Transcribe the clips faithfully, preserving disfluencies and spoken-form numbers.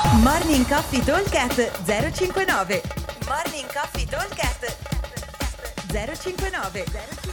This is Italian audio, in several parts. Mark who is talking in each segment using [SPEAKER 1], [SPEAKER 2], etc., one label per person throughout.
[SPEAKER 1] Morning Coffee Talkcast zero cinquantanove. Morning Coffee Talkcast zero cinquantanove.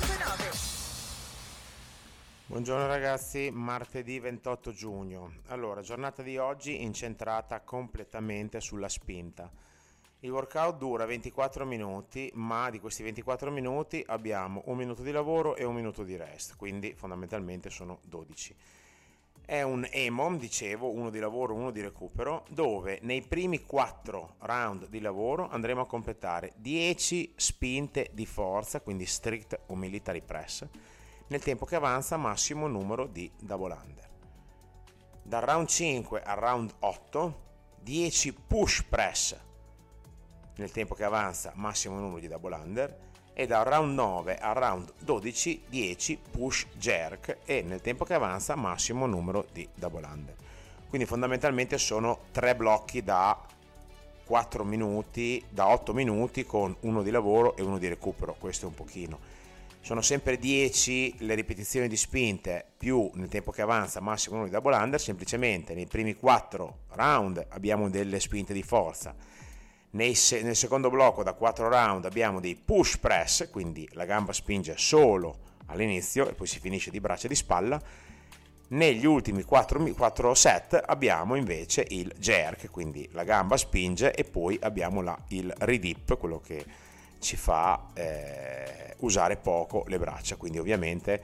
[SPEAKER 2] Buongiorno ragazzi, martedì ventotto giugno. Allora, giornata di oggi incentrata completamente sulla spinta. Il workout dura ventiquattro minuti, ma di questi ventiquattro minuti abbiamo un minuto di lavoro e un minuto di rest, quindi fondamentalmente sono dodici. È un E M O M, dicevo, uno di lavoro, uno di recupero, dove nei primi quattro round di lavoro andremo a completare dieci spinte di forza, quindi strict o military press, nel tempo che avanza massimo numero di double under. Dal round cinque al round otto, dieci push press, nel tempo che avanza massimo numero di double under, e dal round nove al round dodici, dieci push jerk e nel tempo che avanza massimo numero di double under. Quindi fondamentalmente sono tre blocchi da quattro minuti, da otto minuti, con uno di lavoro e uno di recupero. Questo è un pochino. Sono sempre dieci le ripetizioni di spinte più nel tempo che avanza massimo numero di double under. Semplicemente nei primi quattro round abbiamo delle spinte di forza. Nei se- nel secondo blocco da quattro round abbiamo dei push press, quindi la gamba spinge solo all'inizio e poi si finisce di braccia e di spalla. Negli ultimi quattro set abbiamo invece il jerk, quindi la gamba spinge e poi abbiamo la, il redip, quello che ci fa eh, usare poco le braccia, quindi ovviamente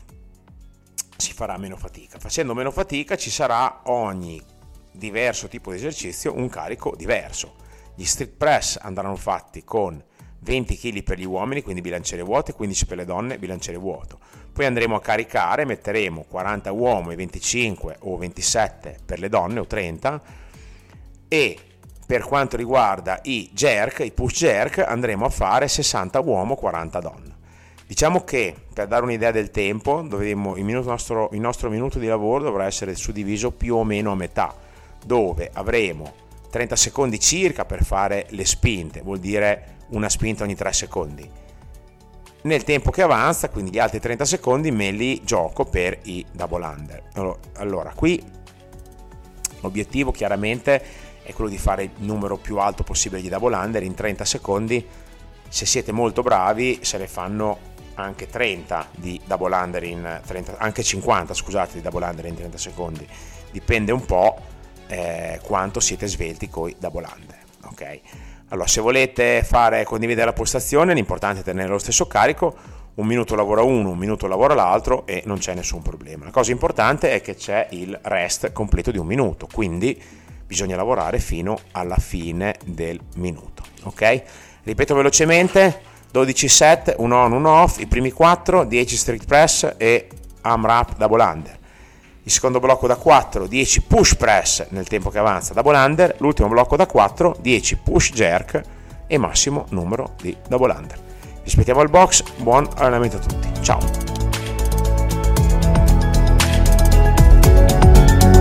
[SPEAKER 2] si farà meno fatica. Facendo meno fatica ci sarà ogni diverso tipo di esercizio un carico diverso. Gli strict press andranno fatti con venti chili per gli uomini, quindi bilanciere vuoto, e quindici per le donne, bilanciere vuoto. Poi andremo a caricare, metteremo quaranta uomo e venticinque o ventisette per le donne o trenta, e per quanto riguarda i jerk, i push jerk, andremo a fare sessanta uomo, quaranta donne. Diciamo che, per dare un'idea del tempo, dovremo, il, minuto nostro, il nostro minuto di lavoro dovrà essere suddiviso più o meno a metà, dove avremo trenta secondi circa per fare le spinte, vuol dire una spinta ogni tre secondi. Nel tempo che avanza, quindi gli altri trenta secondi, me li gioco per i double under. Allora, allora qui l'obiettivo chiaramente è quello di fare il numero più alto possibile di double under in trenta secondi. Se siete molto bravi se ne fanno anche trenta di double under in trenta, anche cinquanta scusate di double under in trenta secondi, dipende un po' Eh, quanto siete svelti coi double under. Ok, allora se volete fare condividere la postazione, l'importante è tenere lo stesso carico, un minuto lavora uno, un minuto lavora l'altro e non c'è nessun problema. La cosa importante è che c'è il rest completo di un minuto, quindi bisogna lavorare fino alla fine del minuto. Ok, ripeto velocemente: dodici set, un on, un off, i primi quattro, dieci strict press e AMRAP double under. Il secondo blocco da quattro, dieci push press nel tempo che avanza double under, l'ultimo blocco da quattro, dieci push jerk e massimo numero di double under. Vi aspettiamo al box, buon allenamento a tutti, ciao!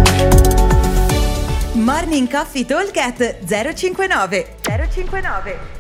[SPEAKER 1] Morning Coffee Talkcast zero cinquantanove.